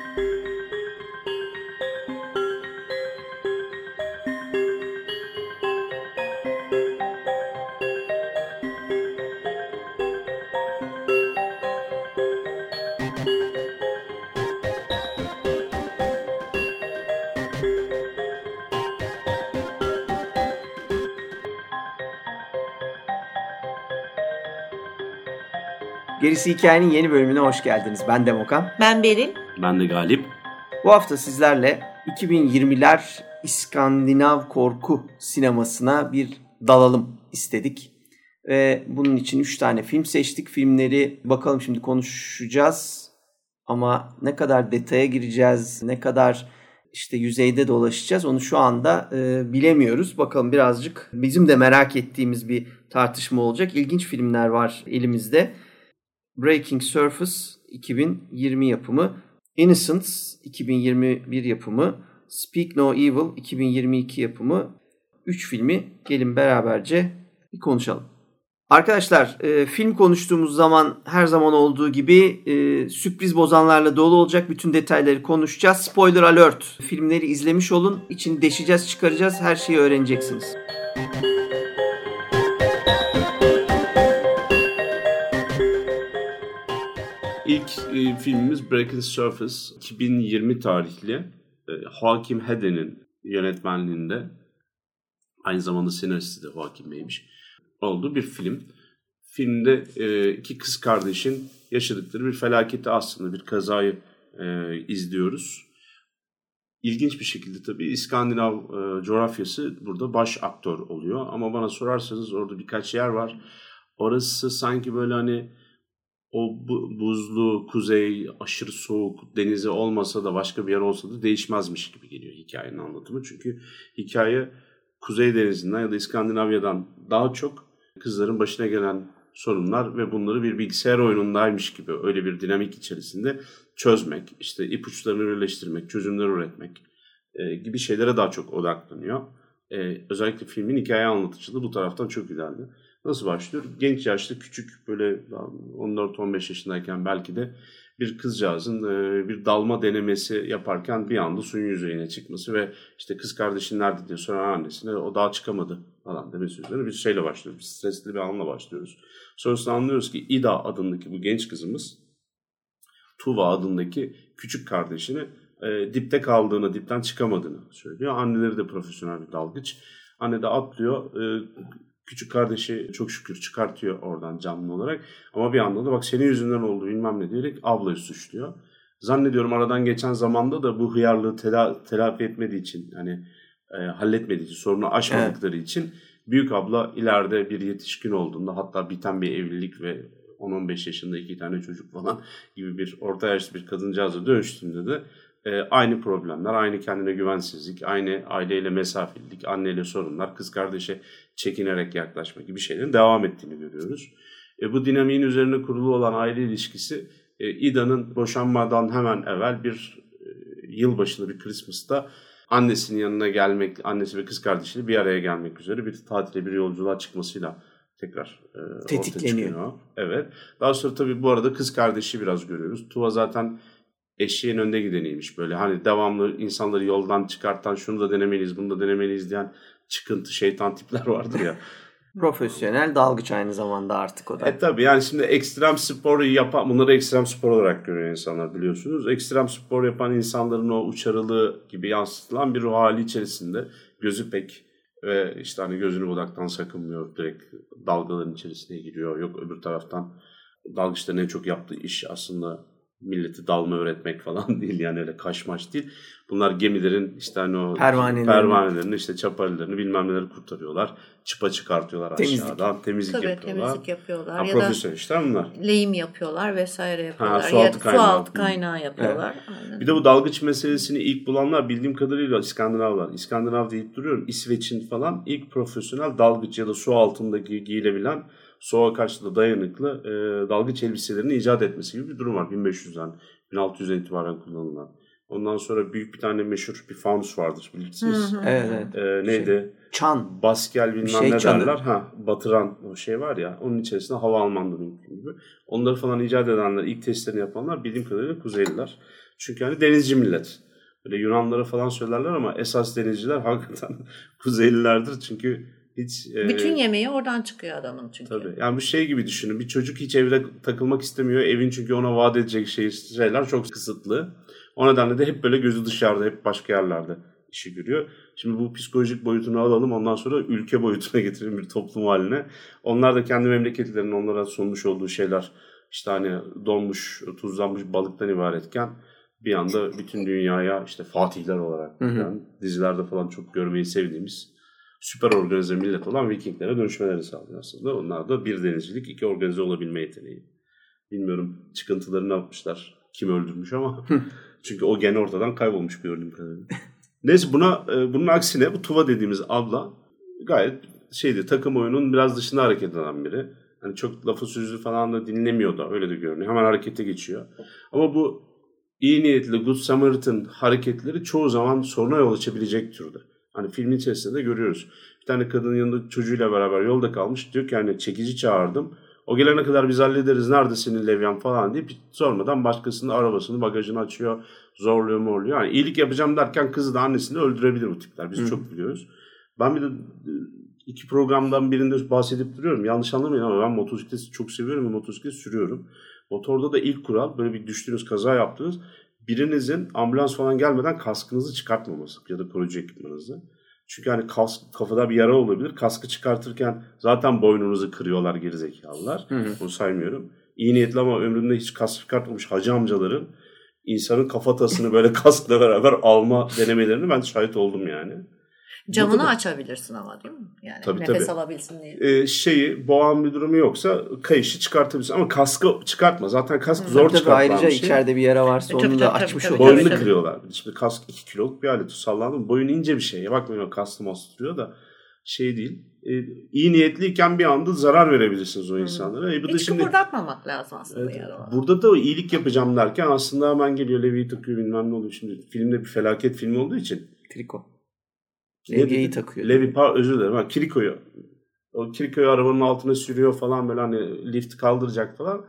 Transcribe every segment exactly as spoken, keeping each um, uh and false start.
Gerisi Hikayenin yeni bölümüne hoş geldiniz. Ben Demokan. Ben Beril. Ben de Galip. Bu hafta sizlerle iki bin yirmiler İskandinav korku sinemasına bir dalalım istedik. Ve bunun için üç tane film seçtik. Filmleri bakalım şimdi konuşacağız. Ama ne kadar detaya gireceğiz, ne kadar işte yüzeyde dolaşacağız onu şu anda e, bilemiyoruz. Bakalım birazcık bizim de merak ettiğimiz bir tartışma olacak. İlginç filmler var elimizde. Breaking Surface iki bin yirmi yapımı, Innocence iki bin yirmi bir yapımı, Speak No Evil iki bin yirmi iki yapımı. Üç filmi gelin beraberce bir konuşalım. Arkadaşlar e, film konuştuğumuz zaman her zaman olduğu gibi e, sürpriz bozanlarla dolu olacak. Bütün detayları konuşacağız. Spoiler alert. Filmleri izlemiş olun. İçini deşeceğiz, çıkaracağız. Her şeyi öğreneceksiniz. İlk e, filmimiz Breaking Surface, iki bin yirmi tarihli, e, Joaquin Hede'nin yönetmenliğinde, aynı zamanda senaristi de Joaquin Bey'miş, olduğu bir film. Filmde e, iki kız kardeşin yaşadıkları bir felaketi, aslında bir kazayı e, izliyoruz. İlginç bir şekilde tabii İskandinav e, coğrafyası burada baş aktör oluyor. Ama bana sorarsanız orada birkaç yer var. Orası sanki böyle hani o buzlu, kuzey, aşırı soğuk denizi olmasa da başka bir yer olsa da değişmezmiş gibi geliyor hikayenin anlatımı. Çünkü hikaye Kuzey Denizi'nden ya da İskandinavya'dan daha çok kızların başına gelen sorunlar ve bunları bir bilgisayar oyunundaymış gibi öyle bir dinamik içerisinde çözmek, işte ipuçlarını birleştirmek, çözümler üretmek e, gibi şeylere daha çok odaklanıyor. E, özellikle filmin hikaye anlatıcılığı bu taraftan çok ilerli. Nasıl başlıyor? Genç yaşta, küçük, böyle on dört on beş yaşındayken belki de bir kızcağızın bir dalma denemesi yaparken bir anda suyun yüzeyine çıkması ve işte kız kardeşin nerede diye soran annesine o daha çıkamadı falan demesi üzerine bir şeyle başlıyoruz. Bir stresli bir anla başlıyoruz. Sonrasında anlıyoruz ki Ida adındaki bu genç kızımız Tuva adındaki küçük kardeşini e, dipte kaldığını, dipten çıkamadığını söylüyor. Anneleri de profesyonel bir dalgıç. Anne de atlıyor. E, Küçük kardeşi çok şükür çıkartıyor oradan canlı olarak. Ama bir anda da bak senin yüzünden oldu bilmem ne diyerek ablayı suçluyor. Zannediyorum aradan geçen zamanda da bu hıyarlığı tela- telafi etmediği için, hani e, halletmediği için, sorunu aşmadıkları evet. için büyük abla ileride bir yetişkin olduğunda, hatta biten bir evlilik ve on on beş yaşında iki tane çocuk falan gibi bir orta yaşlı bir kadıncağıza dönüştüğünde de e, aynı problemler, aynı kendine güvensizlik, aynı aileyle mesafelilik, anneyle sorunlar, kız kardeşe çekinerek yaklaşma gibi şeylerin devam ettiğini görüyoruz. E, bu dinamiğin üzerine kurulu olan aile ilişkisi e, Ida'nın boşanmadan hemen evvel bir e, yılbaşında, bir Christmas'ta annesinin yanına gelmek, annesi ve kız kardeşiyle bir araya gelmek üzere bir tatile, bir yolculuğa çıkmasıyla tekrar e, tetikleniyor. Evet. Daha sonra tabii bu arada kız kardeşi biraz görüyoruz. Tuva zaten eşeğin önde gideniymiş, böyle hani devamlı insanları yoldan çıkartan, şunu da denemeliyiz, bunu da denemeliyiz diyen çıkıntı şeytan tipler vardır ya. Profesyonel dalgıç aynı zamanda artık o da. E tabii yani şimdi ekstrem sporu yapan, bunları ekstrem spor olarak görüyor insanlar, biliyorsunuz. Ekstrem spor yapan insanların o uçarılığı gibi yansıtılan bir ruh hali içerisinde, gözü pek ve işte hani gözünü budaktan sakınmıyor, direkt dalgaların içerisine giriyor. Yok öbür taraftan dalgıçların en çok yaptığı iş aslında milleti dalma öğretmek falan değil, yani öyle kaşmaş değil. Bunlar gemilerin işte hani o pervanelerini, pervanelerini işte çaparlarını bilmem neleri kurtarıyorlar. Çıpa çıkartıyorlar temizlik. aşağıdan. Temizlik Tabii, yapıyorlar. temizlik yapıyorlar. Ha, ya profesyonel işler bunlar. Lehim yapıyorlar vesaire yapıyorlar. Ha, su altı ya, kaynağı. Su altı kaynağı yapıyorlar. Evet. Bir de bu dalgıç meselesini ilk bulanlar bildiğim kadarıyla İskandinavlar. İskandinav deyip duruyorum. İsveç'in falan ilk profesyonel dalgıç ya da su altındaki giyilebilen, soğuğa karşı da dayanıklı e, dalgıç elbiselerini icat etmesi gibi bir durum var. bin beş yüzden bin altı yüzden itibaren kullanılan. Ondan sonra büyük bir tane meşhur bir fanus vardır bilirsiniz. Hı hı. Evet, evet. Ee, neydi? Çan. Baskel bilmem şey ne çanı. derler. Ha, batıran o şey var ya. Onun içerisinde hava almandı mümkün gibi. Onları falan icat edenler, ilk testlerini yapanlar bildiğim kadarıyla Kuzeyliler. Çünkü hani denizci millet. Böyle Yunanlara falan söylerler ama esas denizciler hakikaten Kuzeylilerdir. Çünkü hiç... Bütün e, yemeği oradan çıkıyor adamın çünkü. Tabii. Yani bu şey gibi düşünün. Bir çocuk hiç evde takılmak istemiyor. Evin çünkü ona vaat edecek şey, şeyler çok kısıtlı. O nedenle de hep böyle gözü dışarıda, hep başka yerlerde işi görüyor. Şimdi bu psikolojik boyutunu alalım. Ondan sonra ülke boyutuna getirelim, bir toplum haline. Onlar da kendi memleketlerinin onlara sunmuş olduğu şeyler, işte hani donmuş, tuzlanmış balıktan ibaretken bir anda bütün dünyaya işte fatihler olarak, yani dizilerde falan çok görmeyi sevdiğimiz süper organize millet olan Vikinglere dönüşmeleri sağlıyor aslında. Onlar da bir denizcilik, iki organize olabilme yeteneği. Bilmiyorum çıkıntıları ne yapmışlar, kim öldürmüş ama çünkü o gen ortadan kaybolmuş gördüğüm kadarıyla. Neyse buna bunun aksine bu Tuva dediğimiz abla gayet şeydi, takım oyunun biraz dışında hareket eden biri. Hani çok lafı sözü falan da dinlemiyor da, öyle de görünüyor. Hemen harekete geçiyor. Ama bu iyi niyetli Good Samaritan hareketleri çoğu zaman soruna yol açabilecek türde. Hani filmin içerisinde de görüyoruz. Bir tane kadının yanında çocuğuyla beraber yolda kalmış. Diyor ki hani çekici çağırdım. O gelene kadar biz hallederiz. Nerede senin levyen falan deyip sormadan başkasının arabasını, bagajını açıyor. Zorluyor morluyor. Yani iyilik yapacağım derken kızı da annesini de öldürebilir bu tipler. Biz Hı. çok biliyoruz. Ben bir de iki programdan birinde bahsedip duruyorum. Yanlış anlamayın ama ben motosikleti çok seviyorum ve motosiklet sürüyorum. Motorda da ilk kural, böyle bir düştüğünüz, kaza yaptınız, birinizin ambulans falan gelmeden kaskınızı çıkartmaması ya da koruyucu ekipmanınızı. Çünkü hani kask, kafada bir yara olabilir. Kaskı çıkartırken zaten boynunuzu kırıyorlar gerizekalılar. Hı hı. Onu saymıyorum. İyi niyetli ama ömründe hiç kask çıkartmamış hacı amcaların insanın kafatasını böyle kaskla beraber alma denemelerini ben şahit oldum yani. Camını açabilirsin ama değil mi? Yani tabii, nefes tabii. alabilsin diye. Ee, şeyi boğan bir durumu yoksa kayışı çıkartabilirsin ama kaskı çıkartma. Zaten kask Hı. zor çıkartılan ayrıca bir şey. içeride bir yara varsa e, onu tabii, da tabii, açmış tabii, oluyor. Boynunu tabii. kırıyorlar. Şimdi kask iki kiloluk bir alet, sallandı mı? Boyun ince bir şey. Bakmayın kaskı mastırıyor da şey değil. Ee, iyi niyetliyken bir anda zarar verebilirsiniz o insanlara. E, bu Hiç da şimdi, kıpırdatmamak lazım aslında. Evet, burada da iyilik yapacağım derken aslında hemen geliyor Levi'yi takıyor bilmem ne oluyor. Şimdi filmde bir felaket filmi olduğu için. Triko. Levi'yi takıyor. Levi, par özür dilerim. Ha, Kiriko'yu. O Kiriko'yu arabanın altına sürüyor falan, böyle hani lift kaldıracak falan.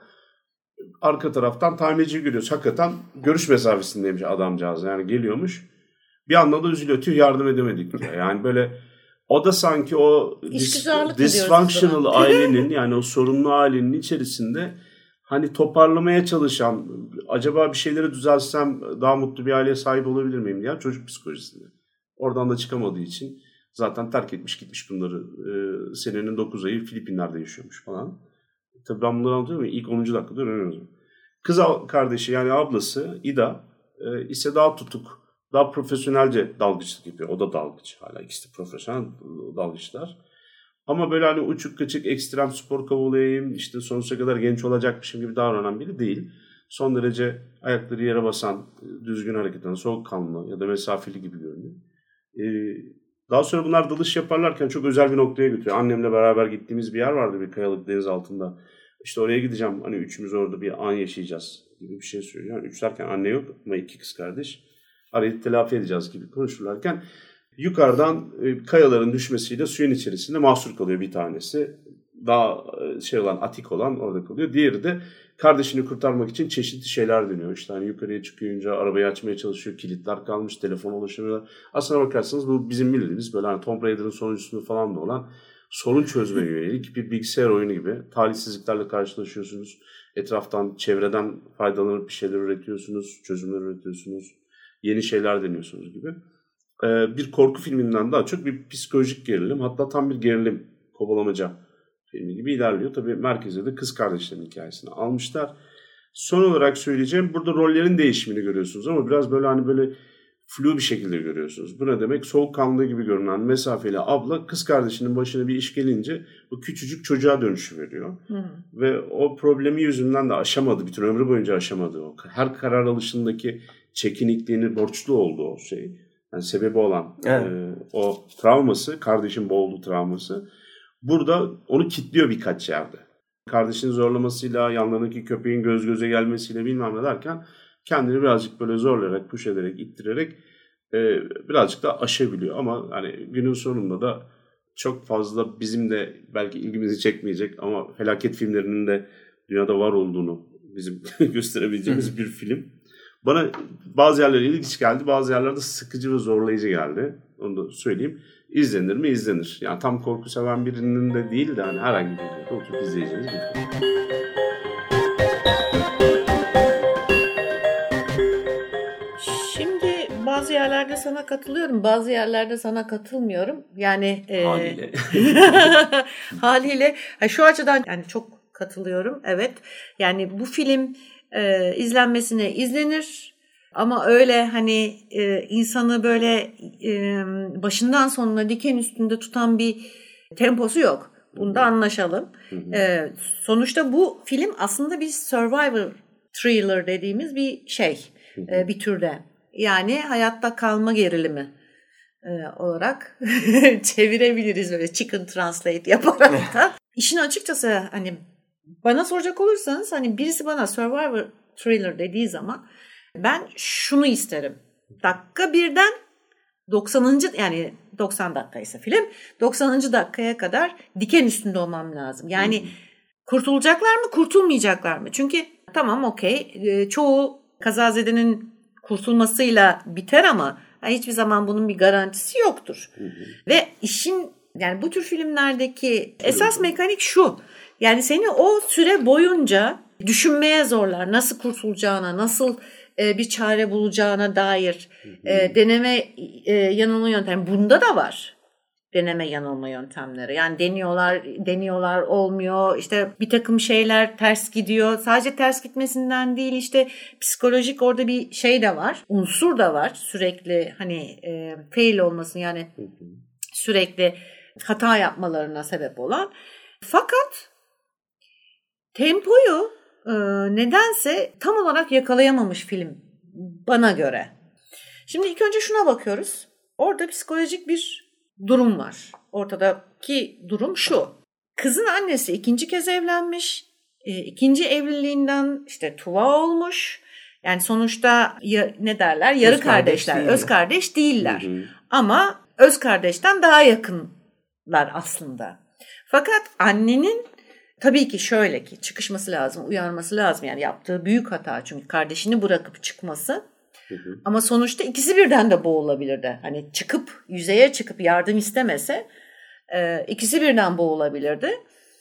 Arka taraftan tamirciyi görüyoruz. Hakikaten görüş mesafesindeymiş adamcağız. Yani geliyormuş. Bir anda da üzülüyor. Tüh yardım edemedik diyor. Yani böyle o da sanki o dis- dysfunctional ailenin, yani o sorunlu ailenin içerisinde hani toparlamaya çalışan, acaba bir şeyleri düzelsem daha mutlu bir aileye sahip olabilir miyim diyen çocuk psikolojisinde. Oradan da çıkamadığı için zaten terk etmiş gitmiş bunları. Ee, senenin dokuz ayı Filipinler'de yaşıyormuş falan. Tabii ben bunları anlatıyorum ya, ilk onuncu dakikada öğreniyoruz. Kız kardeşi yani ablası İda e, ise daha tutuk, daha profesyonelce dalgıçlık yapıyor. O da dalgıç, hala ikisi de profesyonel dalgıçlar. Ama böyle hani uçuk kaçık ekstrem spor kovalayayım, işte sonsuza kadar genç olacakmışım gibi davranan biri değil. Son derece ayakları yere basan, düzgün hareket eden, soğukkanlı ya da mesafeli gibi görünüyor. Ee, daha sonra bunlar dalış yaparlarken çok özel bir noktaya götürüyor. Annemle beraber gittiğimiz bir yer vardı, bir kayalık deniz altında. İşte oraya gideceğim, hani üçümüz orada bir an yaşayacağız gibi bir şey söylüyor. Yani üç derken anne yok ama iki kız kardeş. Arayı telafi edeceğiz gibi konuşurlarken yukarıdan e, kayaların düşmesiyle suyun içerisinde mahsur kalıyor bir tanesi. Daha e, şey olan, atik olan orada kalıyor. Diğeri de kardeşini kurtarmak için çeşitli şeyler deniyor. İşte hani yukarıya çıkınca arabayı açmaya çalışıyor. Kilitler kalmış, telefona ulaşamıyorlar. Aslına bakarsanız bu bizim milletimiz böyle hani Tomb Raider'ın sonuncusunda falan da olan sorun çözmeye yönelik bir bilgisayar oyunu gibi. Talihsizliklerle karşılaşıyorsunuz. Etraftan, çevreden faydalanıp bir şeyler üretiyorsunuz. Çözümler üretiyorsunuz. Yeni şeyler deniyorsunuz gibi. Ee, bir korku filminden daha çok bir psikolojik gerilim. Hatta tam bir gerilim, kovalamaca filmi gibi ilerliyor. Tabii merkeze de kız kardeşlerin hikayesini almışlar. Son olarak söyleyeceğim, burada rollerin değişimini görüyorsunuz ama biraz böyle hani böyle flu bir şekilde görüyorsunuz. Bu ne demek? Soğukkanlı gibi görünen mesafeli abla kız kardeşinin başına bir iş gelince o küçücük çocuğa dönüşüveriyor. Hı. Ve o problemi yüzünden de aşamadı. Bütün ömrü boyunca aşamadı. O her karar alışındaki çekinikliğini borçlu olduğu o şey. Yani sebebi olan evet. e, o travması, kardeşin boğuldu travması. Burada onu kilitliyor birkaç yerde. Kardeşinin zorlamasıyla, yanlarındaki köpeğin göz göze gelmesiyle bilmem ne derken kendini birazcık böyle zorlayarak, push ederek, ittirerek e, birazcık da aşabiliyor. Ama hani günün sonunda da çok fazla bizim de belki ilgimizi çekmeyecek ama felaket filmlerinin de dünyada var olduğunu bizim gösterebileceğimiz bir film. Bana bazı yerlere ilginç geldi, bazı yerlerde sıkıcı ve zorlayıcı geldi. Onu da söyleyeyim. İzlenir mi? İzlenir. Yani tam korku seven birinin de değil de hani herhangi birinin de oturup izleyeceğiniz bir film. Şimdi bazı yerlerde sana katılıyorum, bazı yerlerde sana katılmıyorum. Yani e, haliyle. haliyle şu açıdan yani çok katılıyorum. Evet. Yani bu film e, izlenmesine izlenir. Ama öyle hani e, insanı böyle e, başından sonuna diken üstünde tutan bir temposu yok. Bunda anlaşalım. E, sonuçta bu film aslında bir survivor thriller dediğimiz bir şey. E, bir türde. Yani hayatta kalma gerilimi e, olarak çevirebiliriz böyle chicken translate yaparak da. İşin açıkçası hani bana soracak olursanız hani birisi bana survivor thriller dediği zaman ben şunu isterim. Dakika birden doksanıncı yani doksan dakikaysa film doksanıncı dakikaya kadar diken üstünde olmam lazım. Yani hmm. kurtulacaklar mı kurtulmayacaklar mı? Çünkü tamam okey çoğu kazazedenin kurtulmasıyla biter ama hiçbir zaman bunun bir garantisi yoktur. Hmm. Ve işin yani bu tür filmlerdeki esas mekanik şu. Yani seni o süre boyunca düşünmeye zorlar. Nasıl kurtulacağına, nasıl bir çare bulacağına dair e, deneme e, yanılma yöntemi. Bunda da var deneme yanılma yöntemleri. Yani deniyorlar, deniyorlar olmuyor. İşte bir takım şeyler ters gidiyor. Sadece ters gitmesinden değil işte psikolojik orada bir şey de var. Unsur da var. Sürekli hani e, fail olmasın yani sürekli hata yapmalarına sebep olan. Fakat tempoyu Ee, nedense tam olarak yakalayamamış film bana göre. Şimdi ilk önce şuna bakıyoruz. Orada psikolojik bir durum var. Ortadaki durum şu. Kızın annesi ikinci kez evlenmiş. E, ikinci evliliğinden işte tuva olmuş. Yani sonuçta ya, ne derler? Yarı öz kardeşler. Kardeş öz kardeş değiller. Hı hı. Ama öz kardeşten daha yakınlar aslında. Fakat annenin tabii ki şöyle ki çıkışması lazım, uyarması lazım. Yani yaptığı büyük hata çünkü kardeşini bırakıp çıkması. Hı hı. Ama sonuçta ikisi birden de boğulabilirdi. Hani çıkıp yüzeye çıkıp yardım istemese e, ikisi birden boğulabilirdi.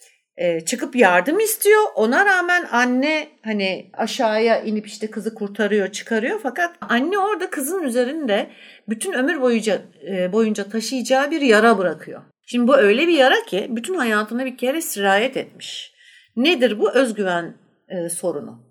E, çıkıp yardım istiyor. Ona rağmen anne hani aşağıya inip işte kızı kurtarıyor, çıkarıyor. Fakat anne orada kızın üzerinde bütün ömür boyunca e, boyunca taşıyacağı bir yara bırakıyor. Şimdi bu öyle bir yara ki bütün hayatına bir kere sirayet etmiş. Nedir bu? Özgüven e, sorunu.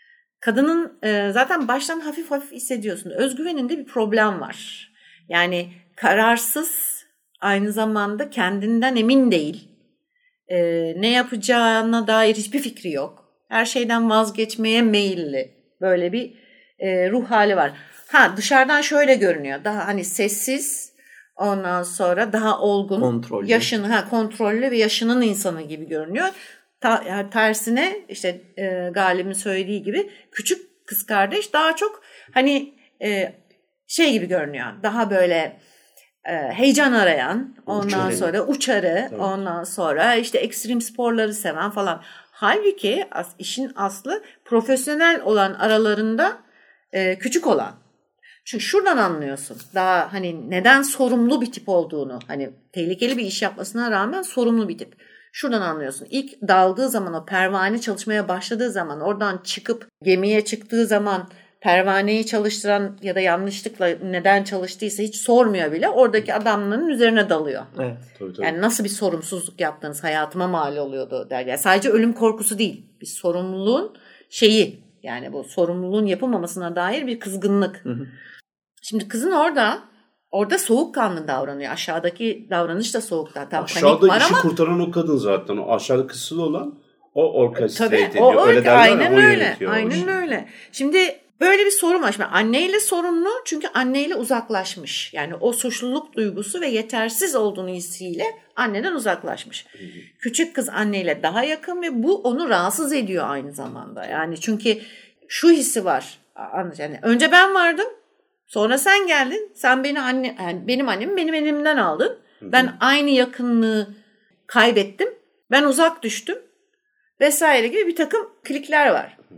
Kadının e, zaten baştan hafif hafif hissediyorsun. Özgüveninde bir problem var. Yani kararsız, aynı zamanda kendinden emin değil. E, ne yapacağına dair hiçbir fikri yok. Her şeyden vazgeçmeye meyilli. Böyle bir e, ruh hali var. Ha dışarıdan şöyle görünüyor. Daha hani sessiz. Ondan sonra daha olgun, kontrollü. yaşını ha kontrollü ve yaşının insanı gibi görünüyor. Ta, yani tersine işte e, Galip'in söylediği gibi küçük kız kardeş daha çok hani e, şey gibi görünüyor. Daha böyle e, heyecan arayan, ondan uçarı. sonra uçarı, Tabii. ondan sonra işte ekstrem sporları seven falan. Halbuki as, işin aslı profesyonel olan aralarında e, küçük olan. Çünkü şuradan anlıyorsun daha hani neden sorumlu bir tip olduğunu, hani tehlikeli bir iş yapmasına rağmen sorumlu bir tip. Şuradan anlıyorsun. İlk daldığı zaman, o pervane çalışmaya başladığı zaman, oradan çıkıp gemiye çıktığı zaman pervaneyi çalıştıran ya da yanlışlıkla neden çalıştıysa hiç sormuyor bile. Oradaki adamların üzerine dalıyor. Evet, tabii, tabii. Yani nasıl bir sorumsuzluk yaptınız, hayatıma mal oluyordu der. Yani sadece ölüm korkusu değil, bir sorumluluğun şeyi, yani bu sorumluluğun yapılmamasına dair bir kızgınlık. Hı hı. Şimdi kızın orada orada soğukkanlı davranıyor. Aşağıdaki davranış da soğukta. Tam aşağıda işi ama... kurtaran o kadın zaten. O aşağıda kısılı olan o orkestrate ediyor. O, öyle aynen ya, öyle. Aynen öyle. Şimdi böyle bir sorun var. Şimdi anneyle sorunlu çünkü anneyle uzaklaşmış. Yani o suçluluk duygusu ve yetersiz olduğunu hissiyle anneden uzaklaşmış. Hı hı. Küçük kız anneyle daha yakın ve bu onu rahatsız ediyor aynı zamanda. Yani çünkü şu hissi var. Yani önce ben vardım. Sonra sen geldin. Sen beni anne, yani benim annemi benim elimden aldın. Hı hı. Ben aynı yakınlığı kaybettim. Ben uzak düştüm. Vesaire gibi bir takım klikler var. Hı hı.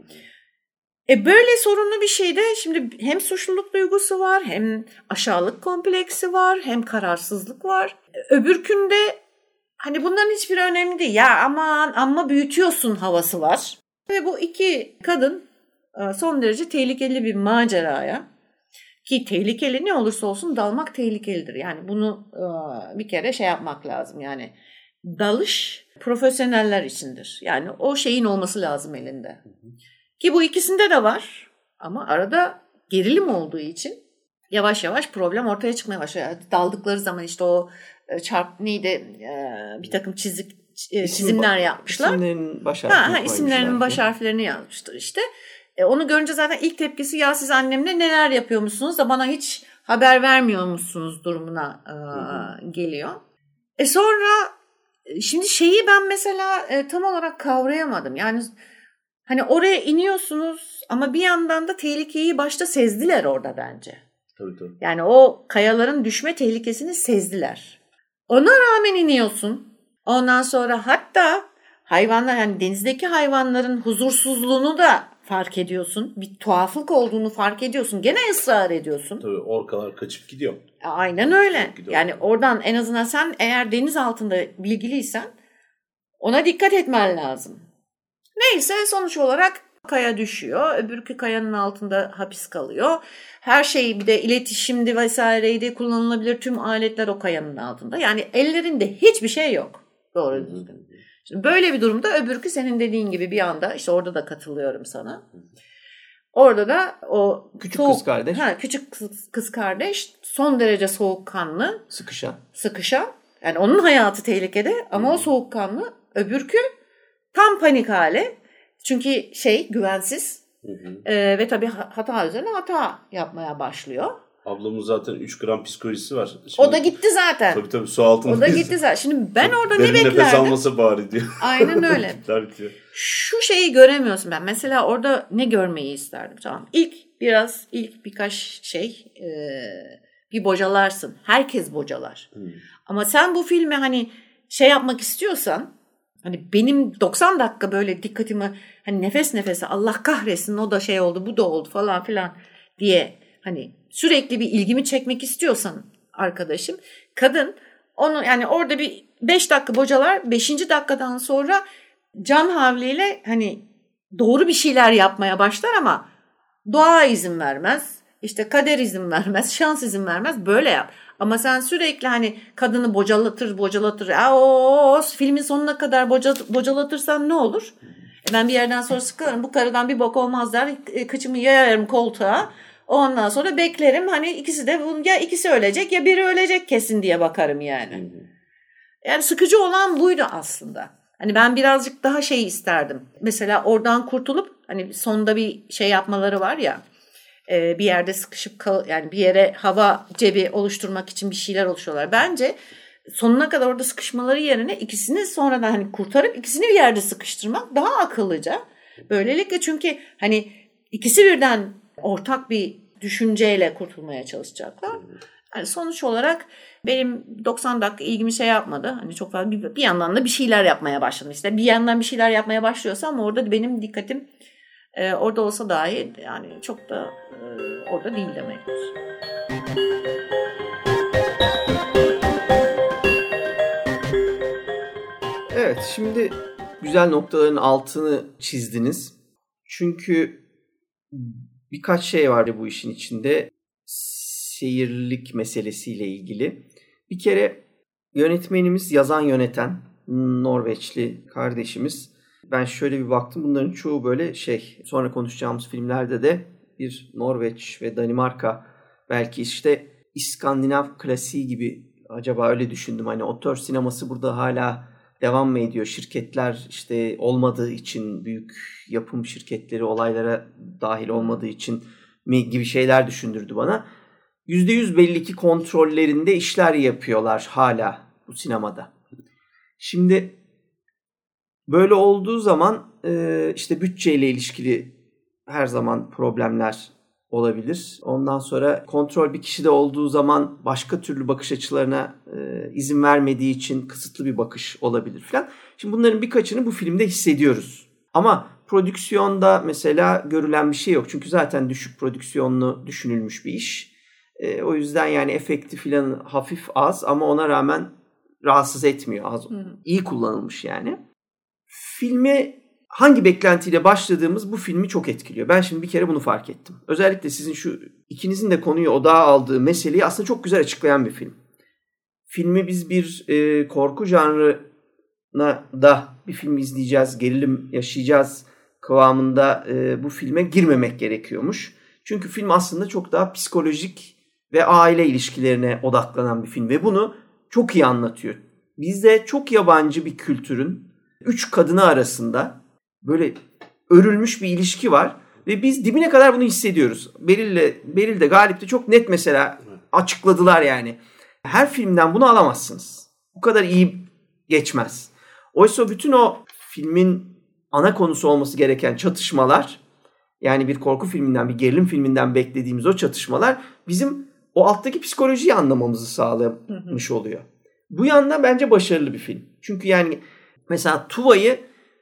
E böyle sorunlu bir şeyde şimdi hem suçluluk duygusu var, hem aşağılık kompleksi var, hem kararsızlık var. Öbürkünde hani bunların hiçbir önemli değil. Ya aman amma büyütüyorsun havası var. Ve bu iki kadın son derece tehlikeli bir maceraya, ki tehlikeli ne olursa olsun dalmak tehlikelidir. Yani bunu bir kere şey yapmak lazım. Yani dalış profesyoneller içindir. Yani o şeyin olması lazım elinde. Ki bu ikisinde de var ama arada gerilim olduğu için yavaş yavaş problem ortaya çıkmaya başlıyor. Daldıkları zaman işte o çarp neydi bir takım çizik çizimler yapmışlar. İsimlerin baş harflerini, ha, ha, isimlerinin baş harflerini yazmıştır işte. E, onu görünce zaten ilk tepkisi ya siz annemle neler yapıyormuşsunuz da bana hiç haber vermiyormuşsunuz durumuna e, geliyor. E sonra şimdi şeyi ben mesela e, tam olarak kavrayamadım. Yani hani oraya iniyorsunuz ama bir yandan da tehlikeyi başta sezdiler orada bence. Tabii tabii. Yani o kayaların düşme tehlikesini sezdiler. Ona rağmen iniyorsun. Ondan sonra hatta hayvanlar, yani denizdeki hayvanların huzursuzluğunu da fark ediyorsun. Bir tuhaflık olduğunu fark ediyorsun. Gene ısrar ediyorsun. Tabii orkalar kaçıp gidiyor. Aynen öyle. Yani oradan en azından sen eğer deniz altında bilgiliysen ona dikkat etmen lazım. Neyse sonuç olarak kaya düşüyor. Öbürkü kayanın altında hapis kalıyor. Her şey bir de iletişimdi vesaireydi, kullanılabilir tüm aletler o kayanın altında. Yani ellerinde hiçbir şey yok. Doğru düzgün. Şimdi böyle bir durumda öbürkü senin dediğin gibi bir anda işte orada da katılıyorum sana. Orada da o küçük soğuk, kız kardeş. Ha, küçük kız, kız kardeş son derece soğukkanlı. Sıkışan. Sıkışan. Yani onun hayatı tehlikede ama hmm. o soğukkanlı. Öbürkü tam panik hali. Çünkü şey güvensiz. Hı hı. Ee, ve tabii hata üzerine hata yapmaya başlıyor. Ablamın zaten üç gram psikolojisi var. Şimdi, o da gitti zaten. Tabii tabii su altında. O da gitti zaten. Şimdi ben orada ne beklerdim? beklerdim? Nefes almasa bari diyor. Aynen öyle. Şu şeyi göremiyorsun ben. Mesela orada ne görmeyi isterdim? Tamam. İlk biraz, ilk birkaç şey e, bir bocalarsın. Herkes bocalar. Hmm. Ama sen bu filmi hani şey yapmak istiyorsan, hani benim doksan dakika böyle dikkatimi hani nefes nefese Allah kahretsin o da şey oldu bu da oldu falan filan diye hani sürekli bir ilgimi çekmek istiyorsan arkadaşım, kadın onu yani orada bir beş dakika bocalar, beşinci dakikadan sonra can havliyle hani doğru bir şeyler yapmaya başlar ama doğa izin vermez, işte kader izin vermez, şans izin vermez, böyle yap. Ama sen sürekli hani kadını bocalatır bocalatır. O filmin sonuna kadar boca, bocalatırsan ne olur? E ben bir yerden sonra sıkılırım. Bu karıdan bir bok olmaz der. Kıçımı yayarım koltuğa. Ondan sonra beklerim. Hani ikisi de ya ikisi ölecek ya biri ölecek kesin diye bakarım yani. Yani sıkıcı olan buydu aslında. Hani ben birazcık daha şey isterdim. Mesela oradan kurtulup hani sonda bir şey yapmaları var ya. Bir yerde sıkışıp kal, yani bir yere hava cebi oluşturmak için bir şeyler oluşuyorlar. Bence sonuna kadar orada sıkışmaları yerine ikisini sonradan hani kurtarıp ikisini bir yerde sıkıştırmak daha akıllıca. Böylelikle çünkü hani ikisi birden ortak bir düşünceyle kurtulmaya çalışacaklar. Yani sonuç olarak benim doksan dakika ilgimi şey yapmadı. Hani çok fazla bir, bir yandan da bir şeyler yapmaya başladım. İşte bir yandan bir şeyler yapmaya başlıyorsa ama orada benim dikkatim Ee, orada olsa dahi yani çok da e, orada değil demektir. Evet, şimdi güzel noktaların altını çizdiniz. Çünkü birkaç şey vardı bu işin içinde. Seyirlik meselesiyle ilgili. Bir kere yönetmenimiz, yazan yöneten Norveçli kardeşimiz. Ben şöyle bir baktım, bunların çoğu böyle şey, sonra konuşacağımız filmlerde de bir Norveç ve Danimarka, belki işte İskandinav klasiği gibi, acaba öyle düşündüm. Hani otör sineması burada hala devam mı ediyor? Şirketler işte olmadığı için, büyük yapım şirketleri olaylara dahil olmadığı için mi gibi şeyler düşündürdü bana. yüzde yüz belli ki kontrollerinde işler yapıyorlar hala bu sinemada. Şimdi böyle olduğu zaman işte bütçeyle ilişkili her zaman problemler olabilir. Ondan sonra kontrol bir kişide olduğu zaman başka türlü bakış açılarına e, izin vermediği için kısıtlı bir bakış olabilir falan. Şimdi bunların birkaçını bu filmde hissediyoruz. Ama prodüksiyonda mesela görülen bir şey yok. Çünkü zaten düşük prodüksiyonlu düşünülmüş bir iş. E, o yüzden yani efekti falan hafif az ama ona rağmen rahatsız etmiyor. Az, hı hı. İyi kullanılmış yani. Filme hangi beklentiyle başladığımız bu filmi çok etkiliyor. Ben şimdi bir kere bunu fark ettim. Özellikle sizin şu ikinizin de konuyu odağa aldığı meseleyi aslında çok güzel açıklayan bir film. Filmi biz bir e, korku janrına da bir film izleyeceğiz, gerilim yaşayacağız kıvamında e, bu filme girmemek gerekiyormuş. Çünkü film aslında çok daha psikolojik ve aile ilişkilerine odaklanan bir film ve bunu çok iyi anlatıyor. Bizde çok yabancı bir kültürün üç kadını arasında böyle örülmüş bir ilişki var ve biz dibine kadar bunu hissediyoruz. Beril'le, Beril de Galip de çok net mesela açıkladılar yani. Her filmden bunu alamazsınız. Bu kadar iyi geçmez. Oysa bütün o filmin ana konusu olması gereken çatışmalar, yani bir korku filminden, bir gerilim filminden beklediğimiz o çatışmalar bizim o alttaki psikolojiyi anlamamızı sağlamış oluyor. Bu yandan bence başarılı bir film. Çünkü yani mesela Tuva'yı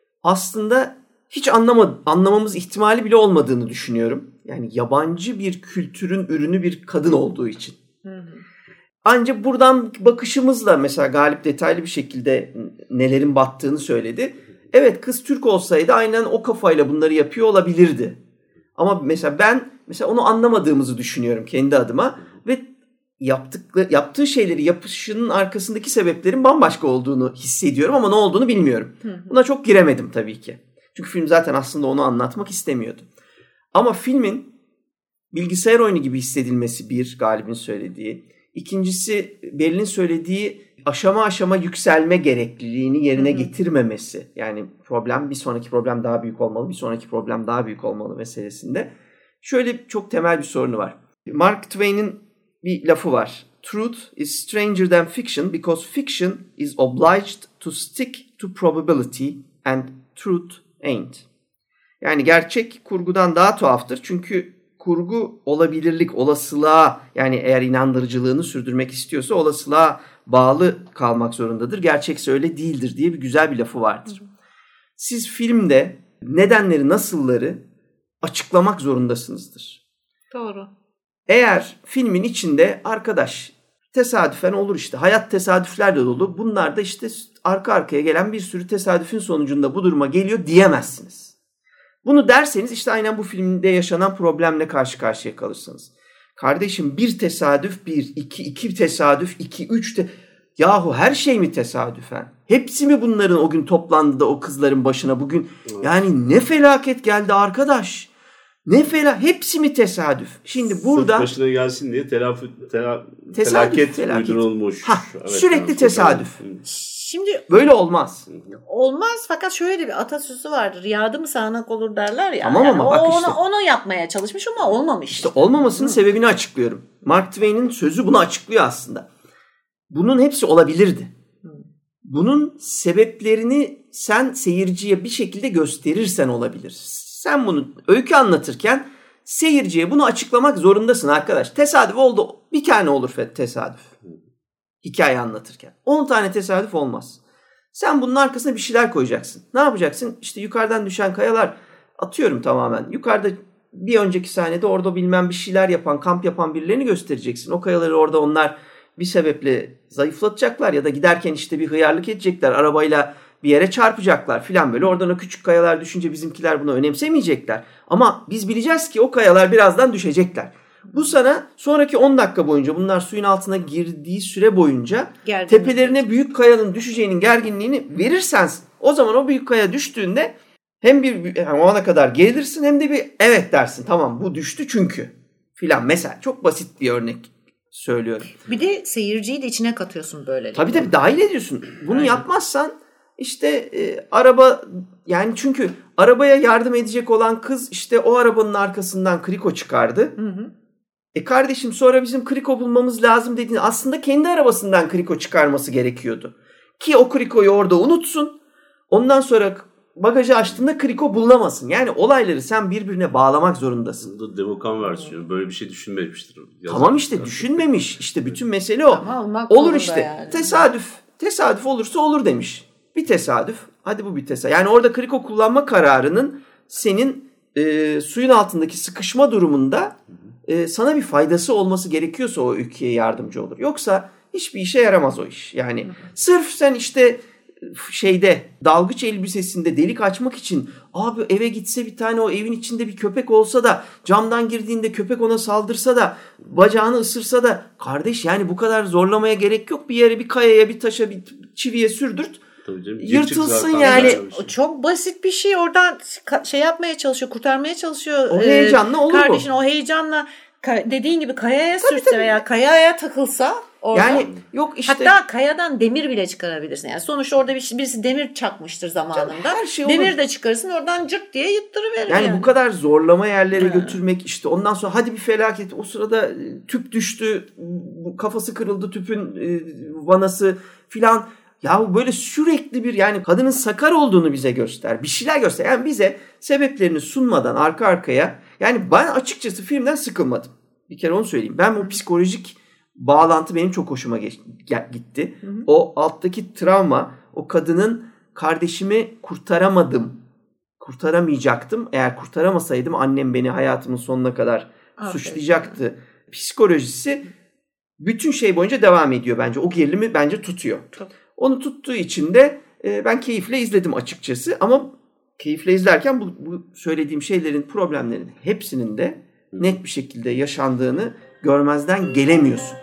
aslında hiç anlama, anlamamız ihtimali bile olmadığını düşünüyorum. Yani yabancı bir kültürün ürünü bir kadın olduğu için. Hı hı. Ancak buradan bakışımızla mesela Galip detaylı bir şekilde nelerin battığını söyledi. Evet, kız Türk olsaydı aynen o kafayla bunları yapıyor olabilirdi. Ama mesela ben mesela onu anlamadığımızı düşünüyorum kendi adıma ve yaptıkları, yaptığı şeyleri yapışının arkasındaki sebeplerin bambaşka olduğunu hissediyorum ama ne olduğunu bilmiyorum. Buna çok giremedim tabii ki. Çünkü film zaten aslında onu anlatmak istemiyordu. Ama filmin bilgisayar oyunu gibi hissedilmesi bir, Galip'in söylediği. İkincisi Beril'in söylediği aşama aşama yükselme gerekliliğini yerine hı hı. getirmemesi. Yani problem bir sonraki problem daha büyük olmalı, bir sonraki problem daha büyük olmalı meselesinde. Şöyle çok temel bir sorunu var. Mark Twain'in bir lafı var. Truth is stranger than fiction because fiction is obliged to stick to probability and truth ain't. Yani gerçek kurgudan daha tuhaftır. Çünkü kurgu olabilirlik, olasılığa, yani eğer inandırıcılığını sürdürmek istiyorsa olasılığa bağlı kalmak zorundadır. Gerçekse öyle değildir diye bir güzel bir lafı vardır. Siz filmde nedenleri, nasılları açıklamak zorundasınızdır. Doğru. Eğer filmin içinde arkadaş tesadüfen olur işte, hayat tesadüflerle dolu, bunlar da işte arka arkaya gelen bir sürü tesadüfün sonucunda bu duruma geliyor diyemezsiniz. Bunu derseniz işte aynen bu filmde yaşanan problemle karşı karşıya kalırsınız. Kardeşim bir tesadüf bir, iki, iki tesadüf, iki, üç te... Yahu her şey mi tesadüfen? Hepsi mi bunların o gün toplandı da o kızların başına bugün? Yani ne felaket geldi arkadaş. Ne fela, hepsi mi tesadüf? Şimdi burada... Sırf başına gelsin diye telafi, tela, tesadüf, felaket, felaket uydurulmuş. Ha, evet, sürekli yani, tesadüf. Şimdi böyle olmaz. Olmaz fakat şöyle de bir atasözü vardır. Yağdı mı sağanak olur derler ya. Tamam yani ama bak onu, işte. Onu yapmaya çalışmış ama olmamış. İşte olmamasının Hı. sebebini açıklıyorum. Mark Twain'in sözü bunu açıklıyor aslında. Bunun hepsi olabilirdi. Hı. Bunun sebeplerini sen seyirciye bir şekilde gösterirsen olabilir. Sen bunu öykü anlatırken seyirciye bunu açıklamak zorundasın arkadaş. Tesadüf oldu. Bir tane olur tesadüf. Hikaye anlatırken. on tane tesadüf olmaz. Sen bunun arkasına bir şeyler koyacaksın. Ne yapacaksın? İşte yukarıdan düşen kayalar, atıyorum tamamen. Yukarıda bir önceki sahnede orada bilmem bir şeyler yapan, kamp yapan birilerini göstereceksin. O kayaları orada onlar bir sebeple zayıflatacaklar ya da giderken işte bir hıyarlık edecekler. Arabayla bir yere çarpacaklar filan böyle. Oradan o küçük kayalar düşünce bizimkiler bunu önemsemeyecekler. Ama biz bileceğiz ki o kayalar birazdan düşecekler. Bu sana sonraki on dakika boyunca, bunlar suyun altına girdiği süre boyunca Gerginlik. tepelerine büyük kayanın düşeceğinin gerginliğini verirsen, o zaman o büyük kaya düştüğünde hem bir yani o ana kadar gerilirsin hem de bir evet dersin. Tamam, bu düştü çünkü filan. Mesela çok basit bir örnek söylüyorum. Bir de seyirciyi de içine katıyorsun böyle. Tabii tabii dahil ediyorsun. Bunu Aynen. yapmazsan işte e, araba, yani çünkü arabaya yardım edecek olan kız işte o arabanın arkasından kriko çıkardı. Hı hı. E kardeşim sonra bizim kriko bulmamız lazım dediğin aslında kendi arabasından kriko çıkarması gerekiyordu. Ki o krikoyu orada unutsun. Ondan sonra bagajı açtığında kriko bulunamasın. Yani olayları sen birbirine bağlamak zorundasın. Bu da Demokan versiyonu. Böyle bir şey düşünmemiştir. Yazar. Tamam işte düşünmemiş. İşte bütün mesele o. Ama olur işte. Yani. Tesadüf. Tesadüf olursa olur demiş. Bir tesadüf. Hadi bu bir tesadüf. Yani orada kriko kullanma kararının senin e, suyun altındaki sıkışma durumunda e, sana bir faydası olması gerekiyorsa o ülkeye yardımcı olur. Yoksa hiçbir işe yaramaz o iş. Yani sırf sen işte şeyde dalgıç elbisesinde delik açmak için abi eve gitse bir tane o evin içinde bir köpek olsa da camdan girdiğinde köpek ona saldırsa da bacağını ısırsa da kardeş yani bu kadar zorlamaya gerek yok. Bir yere bir kayaya bir taşa bir çiviye sürdürt. Yırtılsın yani. O çok basit bir şey. Oradan şey yapmaya çalışıyor, kurtarmaya çalışıyor. O heyecanla olur mu? Kardeşin o heyecanla dediğin gibi kayaya tabii, sürse tabii. veya kayaya takılsa orada. Yani yok işte. Hatta kayadan demir bile çıkarabilirsin. Yani sonuçta orada birisi demir çakmıştır zamanında. Her şey demir olur. De çıkarırsın oradan cırt diye yıttırıverir. Yani, yani bu kadar zorlama yerlere ha. götürmek işte ondan sonra hadi bir felaket o sırada tüp düştü, kafası kırıldı tüpün vanası filan. Ya böyle sürekli bir yani kadının sakar olduğunu bize göster. Bir şeyler göster. Yani bize sebeplerini sunmadan arka arkaya yani ben açıkçası filmden sıkılmadım. Bir kere onu söyleyeyim. Ben bu psikolojik bağlantı benim çok hoşuma geç, gitti. Hı hı. O alttaki travma, o kadının kardeşimi kurtaramadım, kurtaramayacaktım. Eğer kurtaramasaydım annem beni hayatımın sonuna kadar Aferin. suçlayacaktı. Psikolojisi bütün şey boyunca devam ediyor bence. O gerilimi bence tutuyor. Çok. Onu tuttuğu için de e, ben keyifle izledim açıkçası. Ama keyifle izlerken bu, bu söylediğim şeylerin, problemlerin hepsinin de net bir şekilde yaşandığını görmezden gelemiyorsun.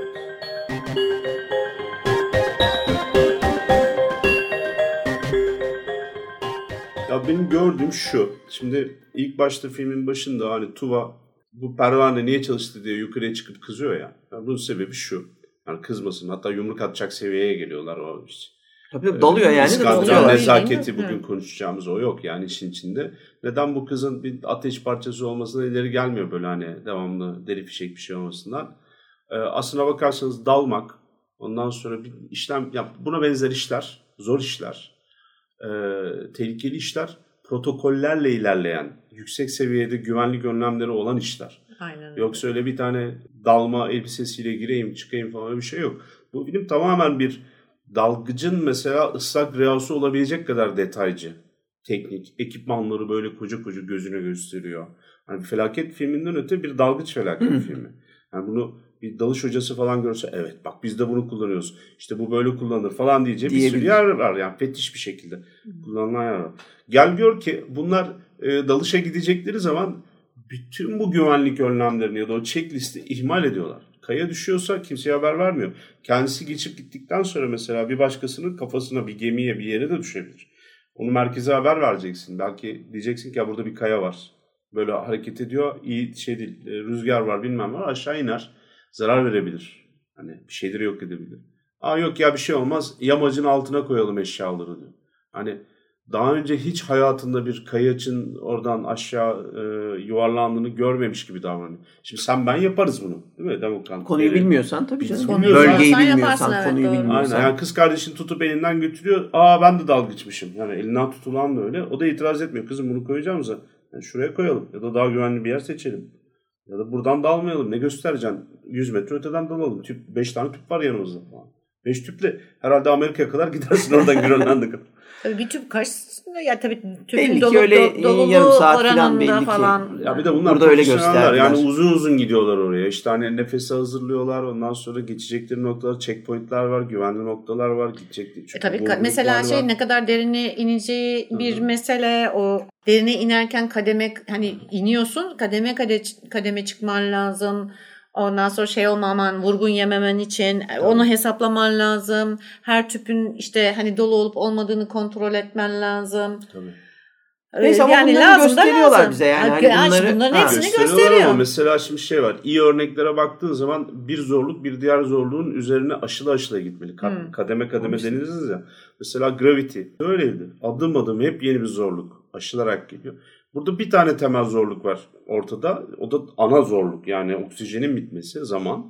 Ya benim gördüğüm şu. Şimdi ilk başta filmin başında hani Tuva bu pervane niye çalıştı diye yukarıya çıkıp kızıyor ya. Yani bunun sebebi şu. Yani kızmasın. Hatta yumruk atacak seviyeye geliyorlar o işte. Tabii dalıyor yani. İskandal nezaketi bugün Hı. konuşacağımız o yok yani işin içinde. Neden bu kızın bir ateş parçası olmasına ileri gelmiyor böyle hani devamlı deri fişek bir şey olmasından. Ee, aslına bakarsanız dalmak, ondan sonra bir işlem yap. Buna benzer işler, zor işler, e, tehlikeli işler, protokollerle ilerleyen, yüksek seviyede güvenlik önlemleri olan işler. Aynen. Yoksa öyle bir tane dalma elbisesiyle gireyim çıkayım falan öyle bir şey yok. Bu film tamamen bir dalgıcın mesela ıslak rüyası olabilecek kadar detaycı. Teknik, ekipmanları böyle koca koca gözüne gösteriyor. Yani bir felaket filminden öte bir dalgıç felaket filmi. Yani bunu bir dalış hocası falan görse evet bak biz de bunu kullanıyoruz. İşte bu böyle kullanır falan diyeceği bir sürü yer var. Yani fetiş bir şekilde kullanılan yer var. Gel gör ki bunlar e, dalışa gidecekleri zaman bütün bu güvenlik önlemlerini ya da o checklisti ihmal ediyorlar. Kaya düşüyorsa kimseye haber vermiyor. Kendisi geçip gittikten sonra mesela bir başkasının kafasına bir gemiye bir yere de düşebilir. Onu merkeze haber vereceksin. Belki diyeceksin ki ya burada bir kaya var. Böyle hareket ediyor. İyi şey değil. Rüzgar var bilmem var. Aşağı iner. Zarar verebilir. Hani bir şeyleri yok edebilir. Aa yok ya bir şey olmaz. Yamacın altına koyalım eşyaları diyor. Hani daha önce hiç hayatında bir kayaçın oradan aşağı e, yuvarlandığını görmemiş gibi davranıyor. Şimdi sen ben yaparız bunu. Değil mi? Demokrat. Konuyu Böyle, bilmiyorsan tabii canım. Konuyu Bölgeyi bilmiyorsan, bilmiyorsan, evet, konuyu doğru. bilmiyorsan. Aynen. Yani kız kardeşini tutup elinden götürüyor. Aa ben de dalgıçmışım. Yani elinden tutulan da öyle. O da itiraz etmiyor. Kızım bunu koyacağımıza yani şuraya koyalım. Ya da daha güvenli bir yer seçelim. Ya da buradan dalmayalım. Ne göstereceksin? yüz metre öteden dalalım. Tüp, beş tane tüp var yanımızda falan. beş tüple herhalde Amerika'ya kadar gidersin oradan Grönland'a kadar. Tabii bir tüp kaç ya tabii tüpün belli dolu, ki öyle dolu, yarım saat falan belli ki. falan. Ya bir de bunlar burada öyle gösterdiler. Yani uzun uzun gidiyorlar oraya. İşte hani nefesi hazırlıyorlar. Ondan sonra geçecekleri noktalar, checkpoint'ler var, güvenli noktalar var, gidecekleri. E tabii mesela şey var. Ne kadar derine ineceği bir Hı-hı. mesele. O derine inerken kademe hani iniyorsun, kademe kademe, kademe çıkman lazım. Ondan sonra şey olmaman, vurgun yememen için Tabii. onu hesaplaman lazım. Her tüpün işte hani dolu olup olmadığını kontrol etmen lazım. Tabii. Neyse ama yani bunları gösteriyorlar lazım. Bize yani. Hani bunları, bunların ha. hepsini gösteriyor. Ama mesela şimdi şey var. İyi örneklere baktığın zaman bir zorluk bir diğer zorluğun üzerine aşıla aşıla gitmeli. Hmm. Kademe kademe hmm. deniriz ya. Mesela Gravity öyleydi. Adım adım hep yeni bir zorluk aşılarak geliyor. Burada bir tane temel zorluk var ortada. O da ana zorluk. Yani oksijenin bitmesi zaman.